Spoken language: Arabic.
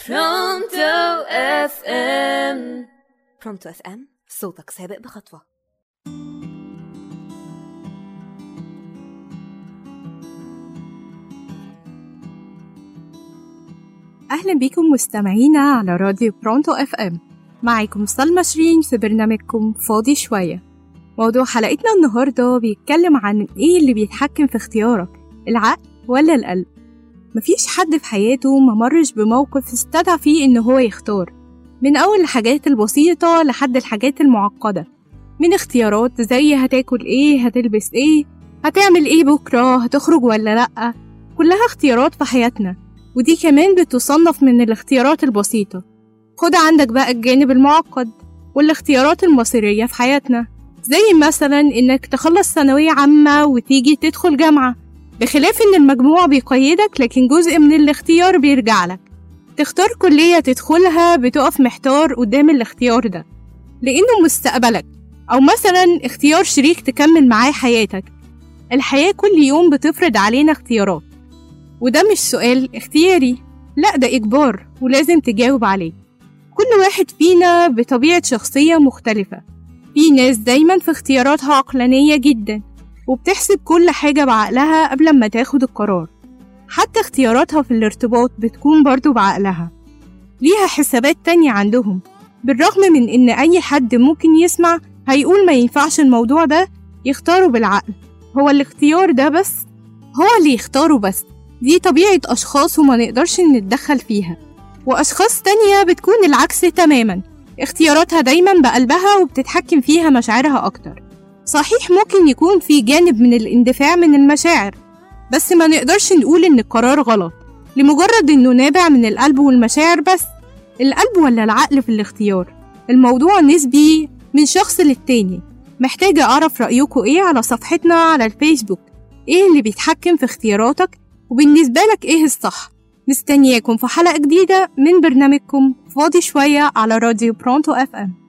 برونتو اف ام. برونتو اف ام، صوتك سابق بخطوة. أهلا بكم مستمعينا على راديو برونتو اف ام. معاكم سلمى شيرين في برنامجكم فاضي شوية. موضوع حلقتنا النهاردة بيتكلم عن ايه اللي بيتحكم في اختيارك، العقل ولا القلب؟ مفيش حد في حياته ما مرش بموقف استدعى فيه إنه هو يختار، من أول الحاجات البسيطة لحد الحاجات المعقدة، من اختيارات زي هتاكل ايه، هتلبس ايه، هتعمل ايه بكرة، هتخرج ولا لأ. كلها اختيارات في حياتنا، ودي كمان بتصنف من الاختيارات البسيطة. خد عندك بقى الجانب المعقد والاختيارات المصيرية في حياتنا، زي مثلا إنك تخلص ثانوية عامة وتيجي تدخل جامعة، بخلاف إن المجموع بيقيدك لكن جزء من الاختيار بيرجع لك. تختار كلية تدخلها بتقف محتار قدام الاختيار ده لأنه مستقبلك، أو مثلا اختيار شريك تكمل معاه حياتك. الحياة كل يوم بتفرض علينا اختيارات، وده مش سؤال اختياري، لأ ده إجبار ولازم تجاوب عليه. كل واحد فينا بطبيعة شخصية مختلفة. في ناس دايما في اختياراتها عقلانية جدا وبتحسب كل حاجة بعقلها قبل ما تاخد القرار. حتى اختياراتها في الارتباط بتكون برضو بعقلها، ليها حسابات تانية عندهم. بالرغم من ان اي حد ممكن يسمع هيقول ما ينفعش الموضوع ده يختاروا بالعقل، هو الاختيار ده بس هو اللي يختاروا بس. دي طبيعة أشخاص وما نقدرش نتدخل فيها، وأشخاص تانية بتكون العكس تماما، اختياراتها دايما بقلبها وبتتحكم فيها مشاعرها أكتر. صحيح ممكن يكون في جانب من الاندفاع من المشاعر، بس ما نقدرش نقول إن القرار غلط لمجرد إنه نابع من القلب والمشاعر بس. القلب ولا العقل في الاختيار؟ الموضوع نسبي من شخص للتاني. محتاجة أعرف رأيكم إيه على صفحتنا على الفيسبوك. إيه اللي بيتحكم في اختياراتك؟ وبالنسبة لك إيه الصح؟ مستنياكم في حلقة جديدة من برنامجكم فاضي شوية على راديو برونتو اف ام.